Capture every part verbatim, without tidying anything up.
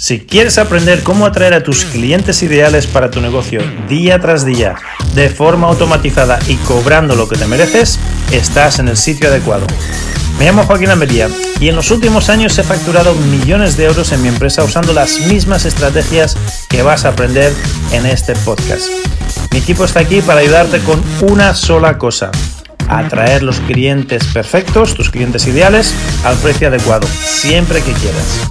Si quieres aprender cómo atraer a tus clientes ideales para tu negocio día tras día, de forma automatizada y cobrando lo que te mereces, estás en el sitio adecuado. Me llamo Joaquín Amelia y en los últimos años he facturado millones de euros en mi empresa usando las mismas estrategias que vas a aprender en este podcast. Mi equipo está aquí para ayudarte con una sola cosa: atraer los clientes perfectos, tus clientes ideales, al precio adecuado, siempre que quieras.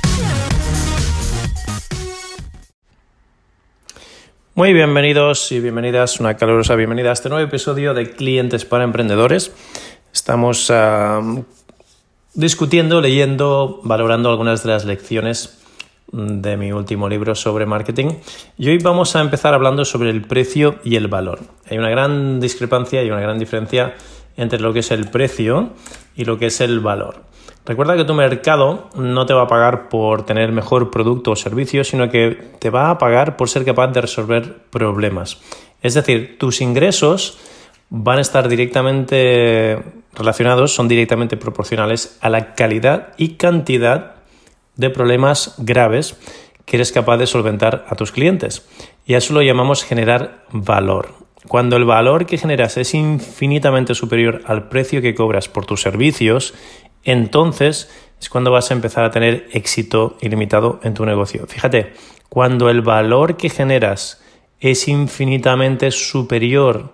Muy bienvenidos y bienvenidas, una calurosa bienvenida a este nuevo episodio de Clientes para Emprendedores. Estamos uh, discutiendo, leyendo, valorando algunas de las lecciones de mi último libro sobre marketing. Y hoy vamos a empezar hablando sobre el precio y el valor. Hay una gran discrepancia y una gran diferencia entre lo que es el precio y lo que es el valor. Recuerda que tu mercado no te va a pagar por tener mejor producto o servicio, sino que te va a pagar por ser capaz de resolver problemas. Es decir, tus ingresos van a estar directamente relacionados, son directamente proporcionales a la calidad y cantidad de problemas graves que eres capaz de solventar a tus clientes. Y a eso lo llamamos generar valor. Cuando el valor que generas es infinitamente superior al precio que cobras por tus servicios, entonces es cuando vas a empezar a tener éxito ilimitado en tu negocio. Fíjate, cuando el valor que generas es infinitamente superior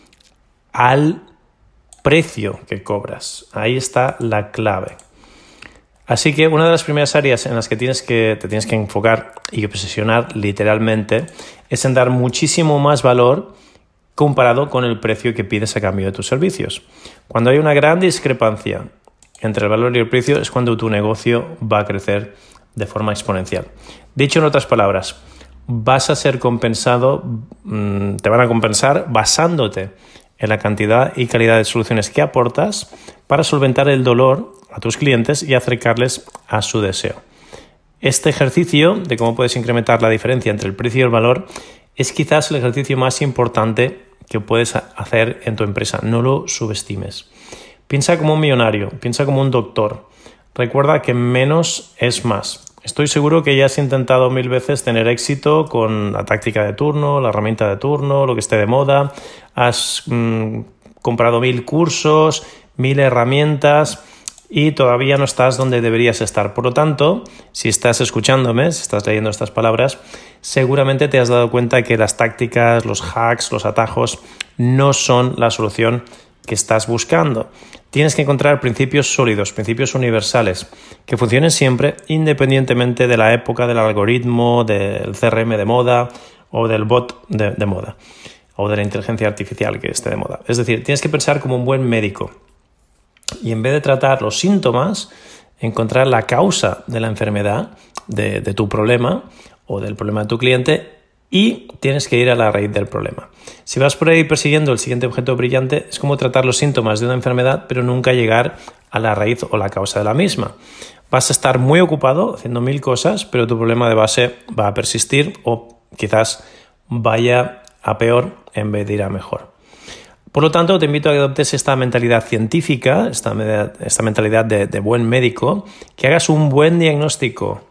al precio que cobras, ahí está la clave. Así que una de las primeras áreas en las que, tienes que te tienes que enfocar y obsesionar literalmente es en dar muchísimo más valor comparado con el precio que pides a cambio de tus servicios. Cuando hay una gran discrepancia entre el valor y el precio es cuando tu negocio va a crecer de forma exponencial. Dicho en otras palabras, vas a ser compensado, te van a compensar basándote en la cantidad y calidad de soluciones que aportas para solventar el dolor a tus clientes y acercarles a su deseo. Este ejercicio de cómo puedes incrementar la diferencia entre el precio y el valor es quizás el ejercicio más importante que puedes hacer en tu empresa. No lo subestimes. Piensa como un millonario, piensa como un doctor. Recuerda que menos es más. Estoy seguro que ya has intentado mil veces tener éxito con la táctica de turno, la herramienta de turno, lo que esté de moda. Has mmm, comprado mil cursos, mil herramientas y todavía no estás donde deberías estar. Por lo tanto, si estás escuchándome, si estás leyendo estas palabras, seguramente te has dado cuenta que las tácticas, los hacks, los atajos no son la solución que estás buscando. Tienes que encontrar principios sólidos, principios universales, que funcionen siempre independientemente de la época, del algoritmo, del C R M de moda o del bot de, de moda o de la inteligencia artificial que esté de moda. Es decir, tienes que pensar como un buen médico y en vez de tratar los síntomas, encontrar la causa de la enfermedad, de, de tu problema o del problema de tu cliente, y tienes que ir a la raíz del problema. Si vas por ahí persiguiendo el siguiente objeto brillante, es como tratar los síntomas de una enfermedad, pero nunca llegar a la raíz o la causa de la misma. Vas a estar muy ocupado haciendo mil cosas, pero tu problema de base va a persistir o quizás vaya a peor en vez de ir a mejor. Por lo tanto, te invito a que adoptes esta mentalidad científica, esta, esta mentalidad de, de buen médico, que hagas un buen diagnóstico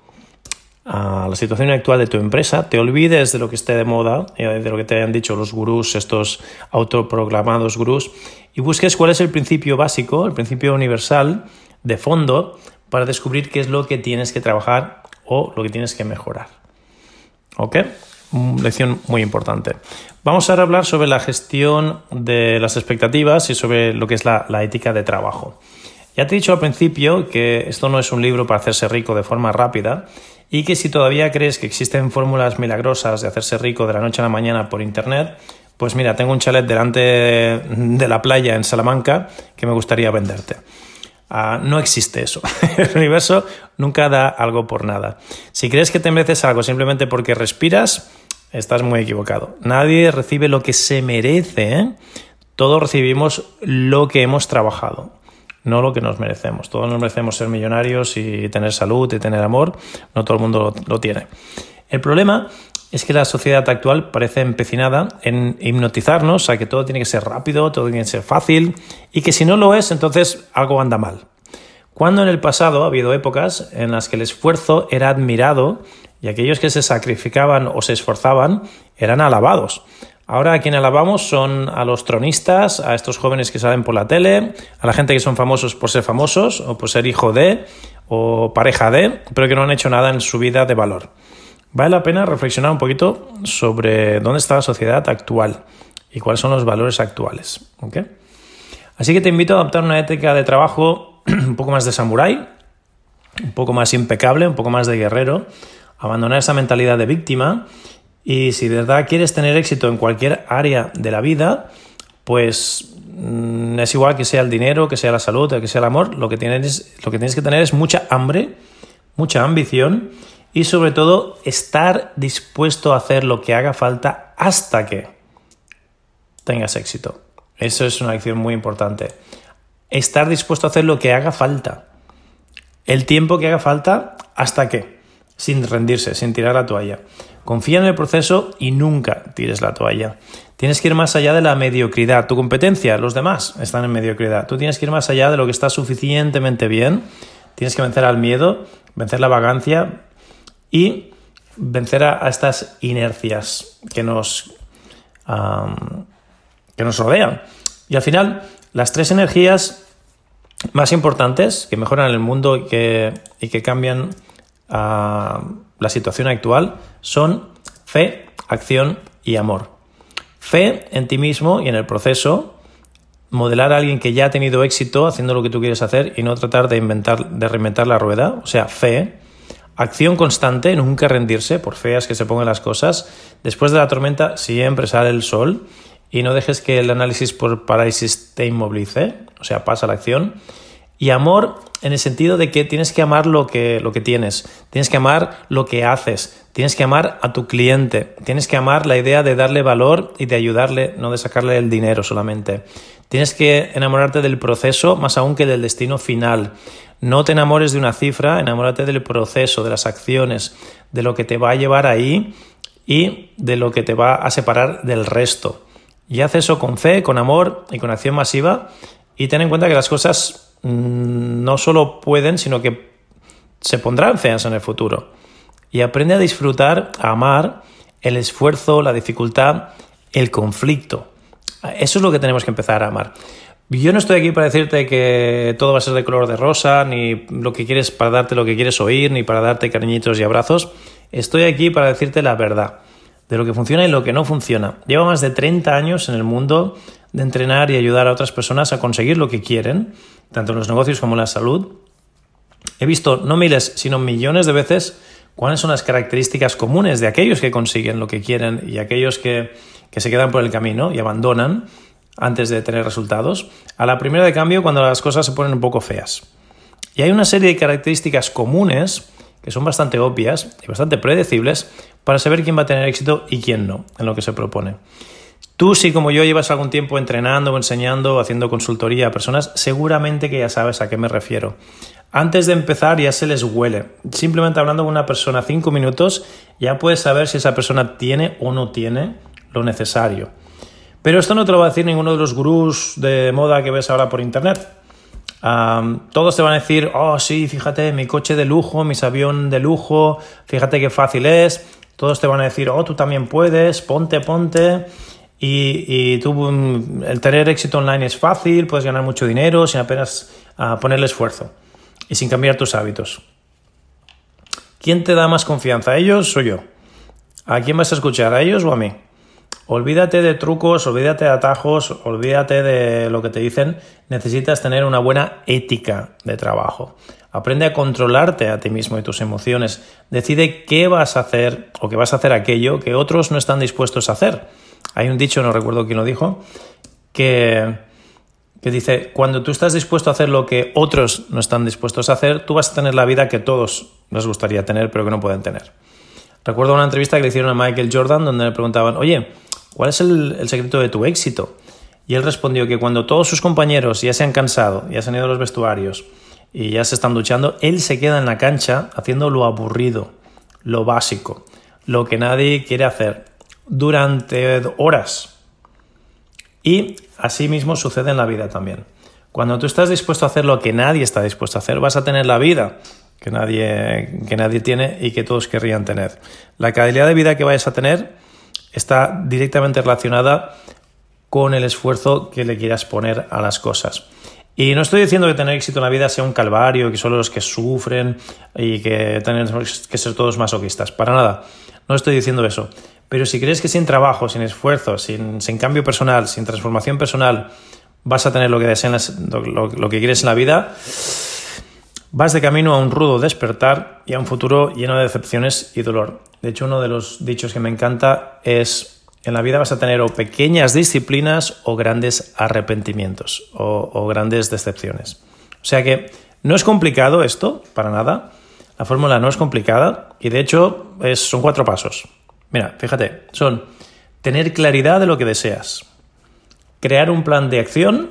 a la situación actual de tu empresa, te olvides de lo que esté de moda, de lo que te hayan dicho los gurús, estos autoproclamados gurús, y busques cuál es el principio básico, el principio universal de fondo para descubrir qué es lo que tienes que trabajar o lo que tienes que mejorar. ¿Ok? Lección muy importante. Vamos ahora a hablar sobre la gestión de las expectativas y sobre lo que es la, la ética de trabajo. Ya te he dicho al principio que esto no es un libro para hacerse rico de forma rápida y que si todavía crees que existen fórmulas milagrosas de hacerse rico de la noche a la mañana por internet, pues mira, tengo un chalet delante de la playa en Salamanca que me gustaría venderte. Uh, no existe eso. El universo nunca da algo por nada. Si crees que te mereces algo simplemente porque respiras, estás muy equivocado. Nadie recibe lo que se merece, ¿eh? Todos recibimos lo que hemos trabajado, no lo que nos merecemos. Todos nos merecemos ser millonarios y tener salud y tener amor. No todo el mundo lo, lo tiene. El problema es que la sociedad actual parece empecinada en hipnotizarnos a que todo tiene que ser rápido, todo tiene que ser fácil y que si no lo es, entonces algo anda mal. Cuando en el pasado ha habido épocas en las que el esfuerzo era admirado y aquellos que se sacrificaban o se esforzaban eran alabados. Ahora a quien alabamos son a los tronistas, a estos jóvenes que salen por la tele, a la gente que son famosos por ser famosos o por ser hijo de o pareja de, pero que no han hecho nada en su vida de valor. Vale la pena reflexionar un poquito sobre dónde está la sociedad actual y cuáles son los valores actuales. ¿Okay? Así que te invito a adoptar una ética de trabajo un poco más de samurái, un poco más impecable, un poco más de guerrero, abandonar esa mentalidad de víctima. Y si de verdad quieres tener éxito en cualquier área de la vida, pues mmm, es igual que sea el dinero, que sea la salud, que sea el amor, lo que tienes, lo que tienes que tener es mucha hambre, mucha ambición y sobre todo estar dispuesto a hacer lo que haga falta hasta que tengas éxito. Eso es una lección muy importante. Estar dispuesto a hacer lo que haga falta. El tiempo que haga falta hasta que, sin rendirse, sin tirar la toalla. Confía en el proceso y nunca tires la toalla. Tienes que ir más allá de la mediocridad. Tu competencia, los demás están en mediocridad. Tú tienes que ir más allá de lo que está suficientemente bien. Tienes que vencer al miedo, vencer la vagancia y vencer a, a estas inercias que nos, um, que nos rodean. Y al final, las tres energías más importantes que mejoran el mundo y que, y que cambian uh, la situación actual son fe, acción y amor. Fe en ti mismo y en el proceso, modelar a alguien que ya ha tenido éxito haciendo lo que tú quieres hacer y no tratar de inventar, de reinventar la rueda, o sea, fe. Acción constante, nunca rendirse, por feas que se pongan las cosas. Después de la tormenta siempre sale el sol y no dejes que el análisis por parálisis te inmovilice, o sea, pasa la acción. Y amor en el sentido de que tienes que amar lo que, lo que tienes, tienes que amar lo que haces, tienes que amar a tu cliente, tienes que amar la idea de darle valor y de ayudarle, no de sacarle el dinero solamente. Tienes que enamorarte del proceso más aún que del destino final. No te enamores de una cifra, enamórate del proceso, de las acciones, de lo que te va a llevar ahí y de lo que te va a separar del resto. Y haz eso con fe, con amor y con acción masiva y ten en cuenta que las cosas no solo pueden, sino que se pondrán feas en el futuro. Y aprende a disfrutar, a amar el esfuerzo, la dificultad, el conflicto. Eso es lo que tenemos que empezar a amar. Yo no estoy aquí para decirte que todo va a ser de color de rosa, ni lo que quieres para darte lo que quieres oír, ni para darte cariñitos y abrazos. Estoy aquí para decirte la verdad de lo que funciona y lo que no funciona. Llevo más de treinta años en el mundo de entrenar y ayudar a otras personas a conseguir lo que quieren, tanto en los negocios como en la salud. He visto no miles, sino millones de veces cuáles son las características comunes de aquellos que consiguen lo que quieren y aquellos que, que se quedan por el camino y abandonan antes de tener resultados, a la primera de cambio cuando las cosas se ponen un poco feas. Y hay una serie de características comunes que son bastante obvias y bastante predecibles para saber quién va a tener éxito y quién no en lo que se propone. Tú, si como yo llevas algún tiempo entrenando o enseñando o haciendo consultoría a personas, seguramente que ya sabes a qué me refiero. Antes de empezar ya se les huele. Simplemente hablando con una persona cinco minutos ya puedes saber si esa persona tiene o no tiene lo necesario. Pero esto no te lo va a decir ninguno de los gurús de moda que ves ahora por internet. Um, todos te van a decir, oh sí, fíjate, mi coche de lujo, mis aviones de lujo, fíjate qué fácil es. Todos te van a decir, oh, tú también puedes, ponte, ponte. Y, y tú, el tener éxito online es fácil, puedes ganar mucho dinero sin apenas uh, ponerle esfuerzo y sin cambiar tus hábitos. ¿Quién te da más confianza? ¿A ellos o yo? ¿A quién vas a escuchar? ¿A ellos o a mí? Olvídate de trucos, olvídate de atajos, olvídate de lo que te dicen. Necesitas tener una buena ética de trabajo. Aprende a controlarte a ti mismo y tus emociones. Decide qué vas a hacer o qué vas a hacer aquello que otros no están dispuestos a hacer. Hay un dicho, no recuerdo quién lo dijo, que, que dice, cuando tú estás dispuesto a hacer lo que otros no están dispuestos a hacer, tú vas a tener la vida que todos les gustaría tener, pero que no pueden tener. Recuerdo una entrevista que le hicieron a Michael Jordan donde le preguntaban, oye, ¿cuál es el, el secreto de tu éxito? Y él respondió que cuando todos sus compañeros ya se han cansado, ya se han ido a los vestuarios y ya se están duchando, él se queda en la cancha haciendo lo aburrido, lo básico, lo que nadie quiere hacer durante horas. Y así mismo sucede en la vida también. Cuando tú estás dispuesto a hacer lo que nadie está dispuesto a hacer, vas a tener la vida que nadie, que nadie tiene y que todos querrían tener. La calidad de vida que vayas a tener está directamente relacionada con el esfuerzo que le quieras poner a las cosas. Y no estoy diciendo que tener éxito en la vida sea un calvario, que solo los que sufren y que tenemos que ser todos masoquistas. Para nada, no estoy diciendo eso. Pero si crees que sin trabajo, sin esfuerzo, sin, sin cambio personal, sin transformación personal, vas a tener lo que deseas, lo, lo, lo que quieres en la vida, vas de camino a un rudo despertar y a un futuro lleno de decepciones y dolor. De hecho, uno de los dichos que me encanta es: en la vida vas a tener o pequeñas disciplinas o grandes arrepentimientos o, o grandes decepciones. O sea que no es complicado esto, para nada. La fórmula no es complicada y de hecho es, son cuatro pasos. Mira, fíjate, son tener claridad de lo que deseas, crear un plan de acción,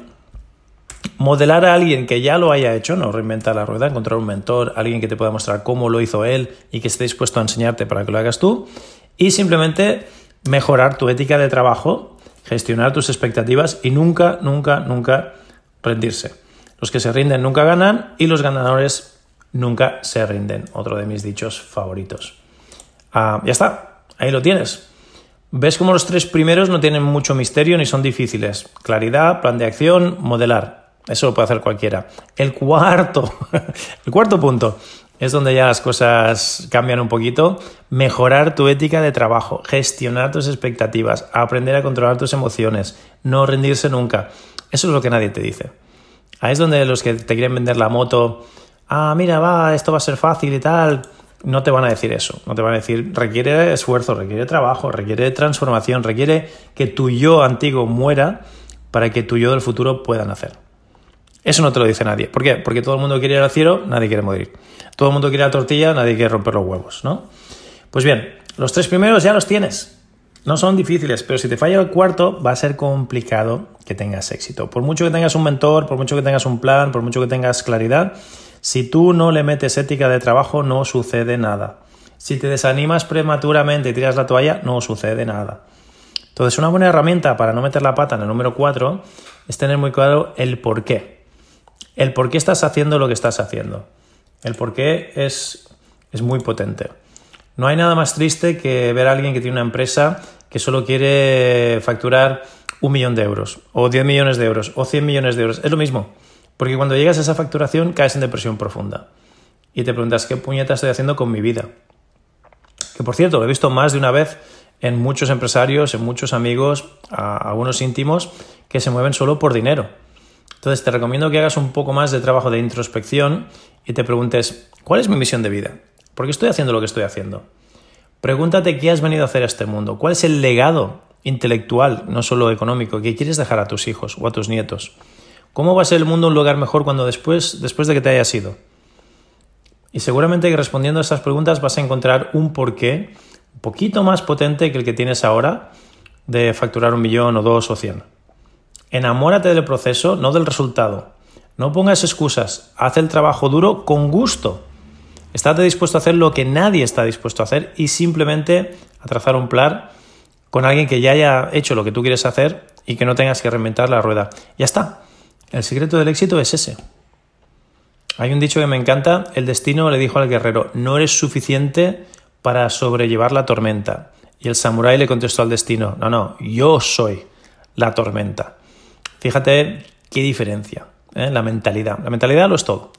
modelar a alguien que ya lo haya hecho, no reinventar la rueda, encontrar un mentor, alguien que te pueda mostrar cómo lo hizo él y que esté dispuesto a enseñarte para que lo hagas tú, y simplemente mejorar tu ética de trabajo, gestionar tus expectativas y nunca, nunca, nunca rendirse. Los que se rinden nunca ganan y los ganadores nunca se rinden. Otro de mis dichos favoritos. Ah, ya está, ahí lo tienes. ¿Ves cómo los tres primeros no tienen mucho misterio ni son difíciles? Claridad, plan de acción, modelar. Eso lo puede hacer cualquiera. El cuarto, el cuarto punto es donde ya las cosas cambian un poquito. Mejorar tu ética de trabajo, gestionar tus expectativas, aprender a controlar tus emociones, no rendirse nunca. Eso es lo que nadie te dice. Ahí es donde los que te quieren vender la moto, ah, mira, va, esto va a ser fácil y tal, no te van a decir eso. No te van a decir, requiere esfuerzo, requiere trabajo, requiere transformación, requiere que tu yo antiguo muera para que tu yo del futuro pueda nacer. Eso no te lo dice nadie. ¿Por qué? Porque todo el mundo quiere ir al cielo, nadie quiere morir. Todo el mundo quiere la tortilla, nadie quiere romper los huevos, ¿no? Pues bien, los tres primeros ya los tienes. No son difíciles, pero si te falla el cuarto, va a ser complicado que tengas éxito. Por mucho que tengas un mentor, por mucho que tengas un plan, por mucho que tengas claridad, si tú no le metes ética de trabajo, no sucede nada. Si te desanimas prematuramente y tiras la toalla, no sucede nada. Entonces, una buena herramienta para no meter la pata en el número cuatro es tener muy claro el por qué. El por qué estás haciendo lo que estás haciendo. El por qué es, es muy potente. No hay nada más triste que ver a alguien que tiene una empresa que solo quiere facturar un millón de euros, o diez millones de euros, o cien millones de euros. Es lo mismo, porque cuando llegas a esa facturación caes en depresión profunda. Y te preguntas, ¿qué puñeta estoy haciendo con mi vida? Que por cierto, lo he visto más de una vez en muchos empresarios, en muchos amigos, a algunos íntimos, que se mueven solo por dinero. Entonces te recomiendo que hagas un poco más de trabajo de introspección y te preguntes, ¿cuál es mi misión de vida? ¿Por qué estoy haciendo lo que estoy haciendo? Pregúntate qué has venido a hacer a este mundo. ¿Cuál es el legado intelectual, no solo económico, que quieres dejar a tus hijos o a tus nietos? ¿Cómo va a ser el mundo un lugar mejor cuando después, después de que te hayas ido? Y seguramente que respondiendo a estas preguntas vas a encontrar un porqué un poquito más potente que el que tienes ahora de facturar un millón o dos o cien. Enamórate del proceso, no del resultado. No pongas excusas, haz el trabajo duro con gusto. Estate dispuesto a hacer lo que nadie está dispuesto a hacer y simplemente a trazar un plan con alguien que ya haya hecho lo que tú quieres hacer y que no tengas que reinventar la rueda. Ya está. El secreto del éxito es ese. Hay un dicho que me encanta, el destino le dijo al guerrero, no eres suficiente para sobrellevar la tormenta. Y el samurái le contestó al destino, no, no, yo soy la tormenta. Fíjate qué diferencia, ¿eh? La mentalidad. La mentalidad lo es todo.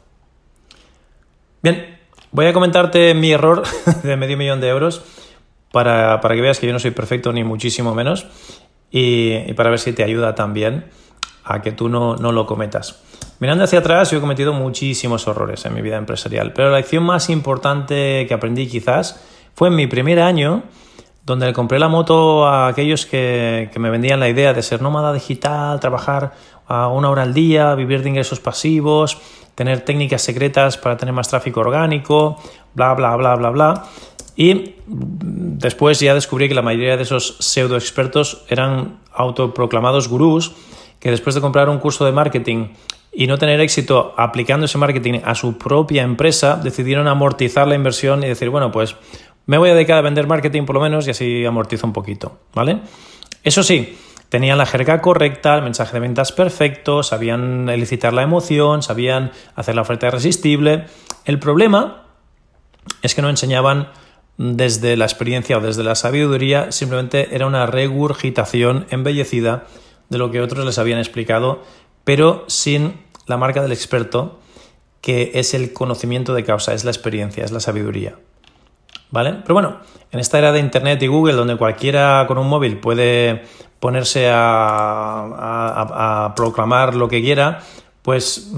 Bien, voy a comentarte mi error de medio millón de euros para, para que veas que yo no soy perfecto ni muchísimo menos y, y para ver si te ayuda también a que tú no, no lo cometas. Mirando hacia atrás, yo he cometido muchísimos errores en mi vida empresarial, pero la lección más importante que aprendí quizás fue en mi primer año, donde le compré la moto a aquellos que, que me vendían la idea de ser nómada digital, trabajar a una hora al día, vivir de ingresos pasivos, tener técnicas secretas para tener más tráfico orgánico, bla, bla, bla, bla, bla. Y después ya descubrí que la mayoría de esos pseudo expertos eran autoproclamados gurús que después de comprar un curso de marketing y no tener éxito aplicando ese marketing a su propia empresa, decidieron amortizar la inversión y decir, bueno, pues me voy a dedicar a vender marketing por lo menos y así amortizo un poquito, ¿vale? Eso sí, Tenían la jerga correcta, el mensaje de ventas perfecto, sabían elicitar la emoción, sabían hacer la oferta irresistible. El problema es que no enseñaban desde la experiencia o desde la sabiduría, simplemente era una regurgitación embellecida de lo que otros les habían explicado, pero sin la marca del experto, que es el conocimiento de causa, es la experiencia, es la sabiduría. ¿Vale? Pero bueno, en esta era de Internet y Google, donde cualquiera con un móvil puede ponerse a, a, a proclamar lo que quiera, pues,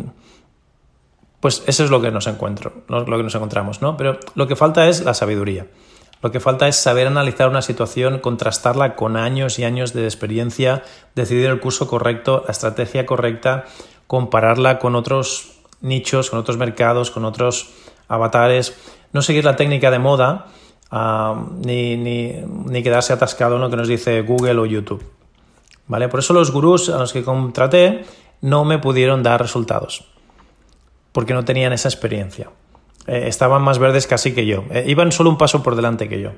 pues eso es lo que nos encuentro, lo que nos encontramos, ¿no? Pero lo que falta es la sabiduría. Lo que falta es saber analizar una situación, contrastarla con años y años de experiencia, decidir el curso correcto, la estrategia correcta, compararla con otros nichos, con otros mercados, con otros avatares. No seguir la técnica de moda, uh, ni, ni, ni quedarse atascado en lo que nos dice Google o YouTube. ¿Vale? Por eso los gurús a los que contraté no me pudieron dar resultados, porque no tenían esa experiencia. Eh, estaban más verdes casi que yo. Eh, iban solo un paso por delante que yo.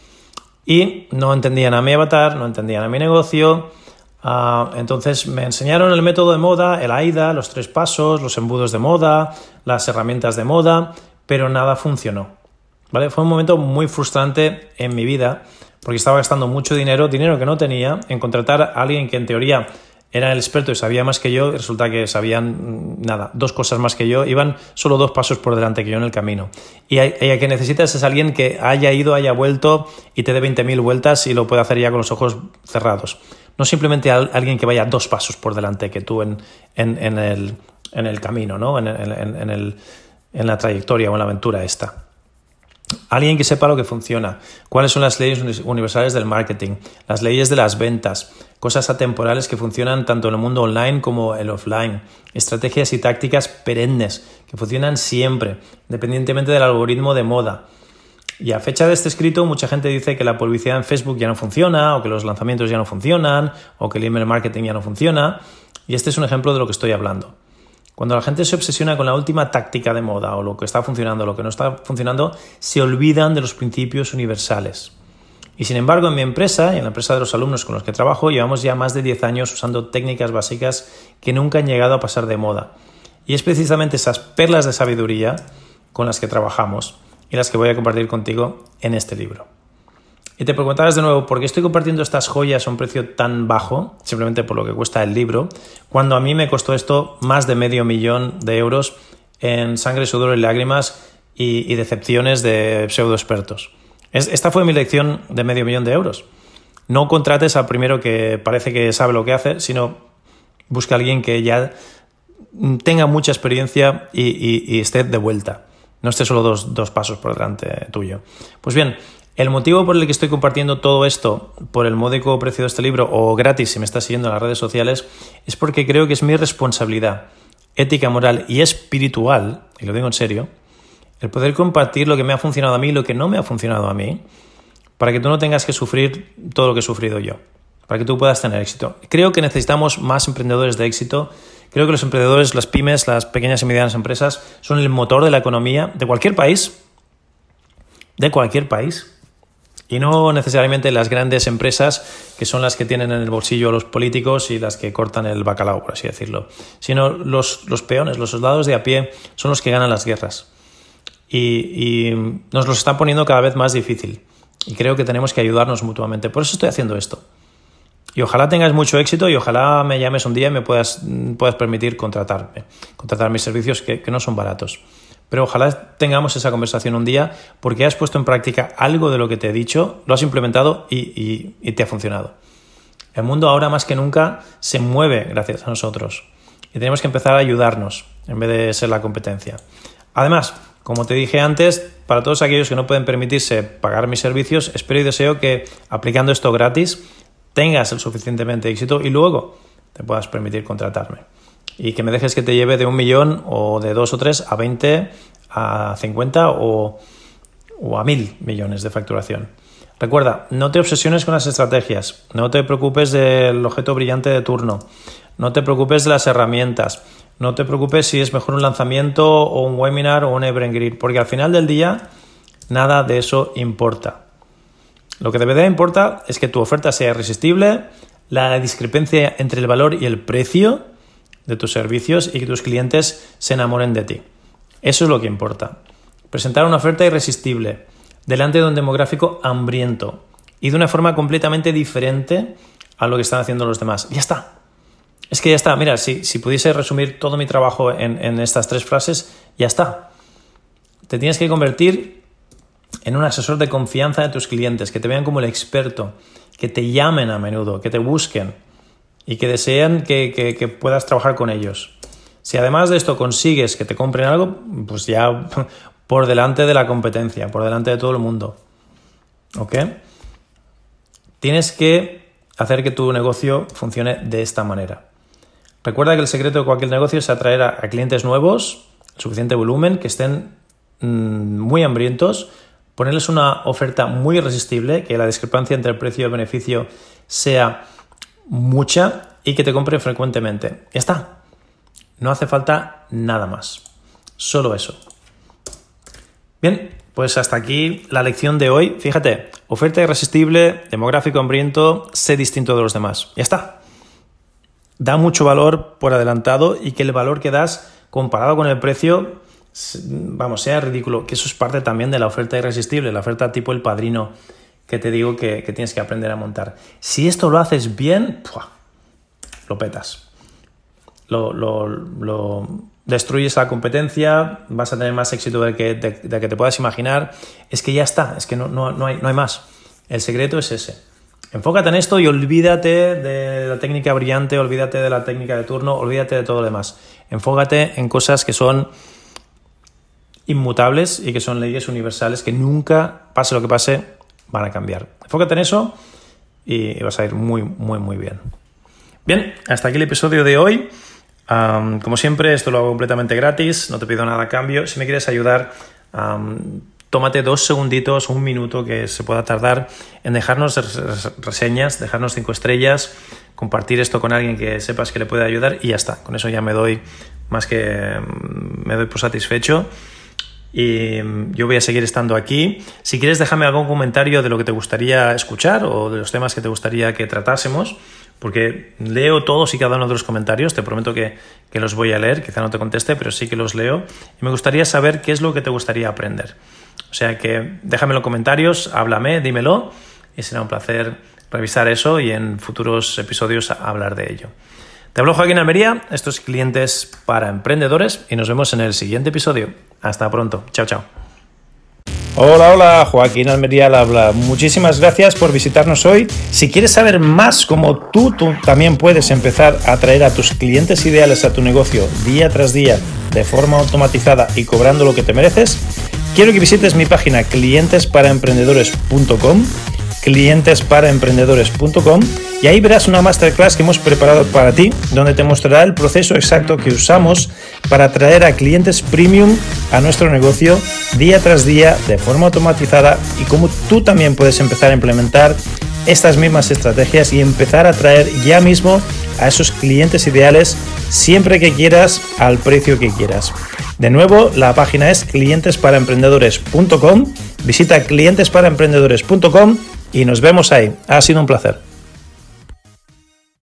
Y no entendían a mi avatar, no entendían a mi negocio. Uh, entonces me enseñaron el método de moda, el AIDA, los tres pasos, los embudos de moda, las herramientas de moda, pero nada funcionó, ¿vale? Fue un momento muy frustrante en mi vida porque estaba gastando mucho dinero, dinero que no tenía, en contratar a alguien que en teoría era el experto y sabía más que yo, y resulta que sabían nada, dos cosas más que yo, iban solo dos pasos por delante que yo en el camino. Y a, y a que necesitas es alguien que haya ido, haya vuelto y te dé veinte mil vueltas y lo puede hacer ya con los ojos cerrados. No simplemente a alguien que vaya dos pasos por delante que tú en, en, en, el, en el camino, ¿no? En, en, en el... en la trayectoria o en la aventura esta. Alguien que sepa lo que funciona, cuáles son las leyes universales del marketing, las leyes de las ventas, cosas atemporales que funcionan tanto en el mundo online como el offline, estrategias y tácticas perennes que funcionan siempre, independientemente del algoritmo de moda. Y a fecha de este escrito, mucha gente dice que la publicidad en Facebook ya no funciona, o que los lanzamientos ya no funcionan, o que el email marketing ya no funciona, y este es un ejemplo de lo que estoy hablando. Cuando la gente se obsesiona con la última táctica de moda o lo que está funcionando o lo que no está funcionando, se olvidan de los principios universales. Y sin embargo, en mi empresa y en la empresa de los alumnos con los que trabajo, llevamos ya más de diez años usando técnicas básicas que nunca han llegado a pasar de moda. Y es precisamente esas perlas de sabiduría con las que trabajamos y las que voy a compartir contigo en este libro. Y te preguntarás de nuevo, ¿por qué estoy compartiendo estas joyas a un precio tan bajo, simplemente por lo que cuesta el libro, cuando a mí me costó esto más de medio millón de euros en sangre, sudor y lágrimas y, y decepciones de pseudo expertos? Es, esta fue mi lección de medio millón de euros. No contrates al primero que parece que sabe lo que hace, sino busca a alguien que ya tenga mucha experiencia y, y, y esté de vuelta. No esté solo dos, dos pasos por delante tuyo. Pues bien, el motivo por el que estoy compartiendo todo esto por el módico precio de este libro o gratis si me estás siguiendo en las redes sociales es porque creo que es mi responsabilidad ética, moral y espiritual, y lo digo en serio, el poder compartir lo que me ha funcionado a mí y lo que no me ha funcionado a mí para que tú no tengas que sufrir todo lo que he sufrido yo, para que tú puedas tener éxito. Creo que necesitamos más emprendedores de éxito. Creo que los emprendedores, las pymes, las pequeñas y medianas empresas son el motor de la economía de cualquier país, de cualquier país. Y no necesariamente las grandes empresas que son las que tienen en el bolsillo a los políticos y las que cortan el bacalao, por así decirlo. Sino los, los peones, los soldados de a pie son los que ganan las guerras. Y, y nos los están poniendo cada vez más difícil. Y creo que tenemos que ayudarnos mutuamente. Por eso estoy haciendo esto. Y ojalá tengas mucho éxito y ojalá me llames un día y me puedas, puedas permitir contratarme. Contratar mis servicios que, que no son baratos. Pero ojalá tengamos esa conversación un día porque has puesto en práctica algo de lo que te he dicho, lo has implementado y, y, y te ha funcionado. El mundo ahora más que nunca se mueve gracias a nosotros y tenemos que empezar a ayudarnos en vez de ser la competencia. Además, como te dije antes, para todos aquellos que no pueden permitirse pagar mis servicios, espero y deseo que aplicando esto gratis tengas el suficientemente éxito y luego te puedas permitir contratarme. Y que me dejes que te lleve de un millón o de dos o tres a veinte, a cincuenta o, o a mil millones de facturación. Recuerda, no te obsesiones con las estrategias, no te preocupes del objeto brillante de turno, no te preocupes de las herramientas, no te preocupes si es mejor un lanzamiento o un webinar o un evergreen, porque al final del día nada de eso importa. Lo que de verdad importa es que tu oferta sea irresistible, la discrepancia entre el valor y el precio de tus servicios y que tus clientes se enamoren de ti. Eso es lo que importa. Presentar una oferta irresistible delante de un demográfico hambriento y de una forma completamente diferente a lo que están haciendo los demás. Ya está. Es que ya está. Mira, si, si pudiese resumir todo mi trabajo en, en estas tres frases, ya está. Te tienes que convertir en un asesor de confianza de tus clientes, que te vean como el experto, que te llamen a menudo, que te busquen y que deseen que, que, que puedas trabajar con ellos. Si además de esto consigues que te compren algo, pues ya por delante de la competencia, por delante de todo el mundo. ¿Ok? Tienes que hacer que tu negocio funcione de esta manera. Recuerda que el secreto de cualquier negocio es atraer a, a clientes nuevos, suficiente volumen, que estén mmm, muy hambrientos, ponerles una oferta muy irresistible, que la discrepancia entre el precio y el beneficio sea mucha y que te compren frecuentemente. Ya está. No hace falta nada más. Solo eso. Bien, pues hasta aquí la lección de hoy. Fíjate, oferta irresistible, demográfico hambriento, sé distinto de los demás. Ya está. Da mucho valor por adelantado y que el valor que das comparado con el precio, vamos, sea ridículo. Que eso es parte también de la oferta irresistible, la oferta tipo El Padrino que te digo que, que tienes que aprender a montar. Si esto lo haces bien, ¡pua!, lo petas. Lo, lo, lo destruyes la competencia, vas a tener más éxito del que, de, de que te puedas imaginar. Es que ya está, es que no, no, no, hay, no hay más. El secreto es ese. Enfócate en esto y olvídate de la técnica brillante, olvídate de la técnica de turno, olvídate de todo lo demás. Enfócate en cosas que son inmutables y que son leyes universales que nunca, pase lo que pase, van a cambiar. Enfócate en eso y vas a ir muy, muy, muy bien. Bien, hasta aquí el episodio de hoy. Um, como siempre, esto lo hago completamente gratis, no te pido nada a cambio. Si me quieres ayudar, um, tómate dos segunditos, un minuto que se pueda tardar en dejarnos res- reseñas, dejarnos cinco estrellas, compartir esto con alguien que sepas que le puede ayudar y ya está. Con eso ya me doy más que me doy por satisfecho. Y yo voy a seguir estando aquí. Si quieres, déjame algún comentario de lo que te gustaría escuchar o de los temas que te gustaría que tratásemos, porque leo todos y cada uno de los comentarios. Te prometo que, que los voy a leer, quizá no te conteste, pero sí que los leo y me gustaría saber qué es lo que te gustaría aprender. O sea que déjame en los comentarios, háblame, dímelo y será un placer revisar eso y en futuros episodios hablar de ello. Te hablo Joaquín Almería, esto es Clientes para Emprendedores y nos vemos en el siguiente episodio. Hasta pronto, chao, chao. Hola, hola, Joaquín Almería al habla. Muchísimas gracias por visitarnos hoy. Si quieres saber más cómo tú, tú también puedes empezar a atraer a tus clientes ideales a tu negocio día tras día de forma automatizada y cobrando lo que te mereces, quiero que visites mi página clientes para emprendedores punto com, clientes para emprendedores punto com, y ahí verás una masterclass que hemos preparado para ti, donde te mostrará el proceso exacto que usamos para atraer a clientes premium a nuestro negocio día tras día de forma automatizada y cómo tú también puedes empezar a implementar estas mismas estrategias y empezar a atraer ya mismo a esos clientes ideales siempre que quieras, al precio que quieras. De nuevo, la página es clientes para emprendedores punto com. Visita clientes para emprendedores punto com y nos vemos ahí. Ha sido un placer.